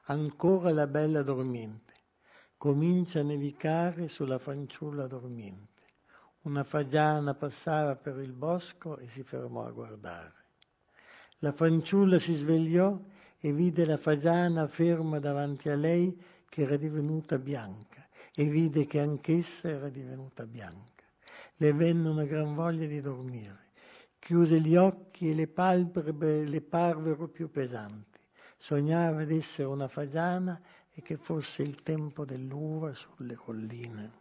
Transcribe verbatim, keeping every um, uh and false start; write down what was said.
ancora la bella dormiente. Comincia a nevicare sulla fanciulla dormiente. Una fagiana passava per il bosco e si fermò a guardare. La fanciulla si svegliò e vide la fagiana ferma davanti a lei che era divenuta bianca e vide che anch'essa era divenuta bianca. Le venne una gran voglia di dormire. Chiuse gli occhi e le palpebre le parvero più pesanti. Sognava d'essere una fagiana e che fosse il tempo dell'uva sulle colline.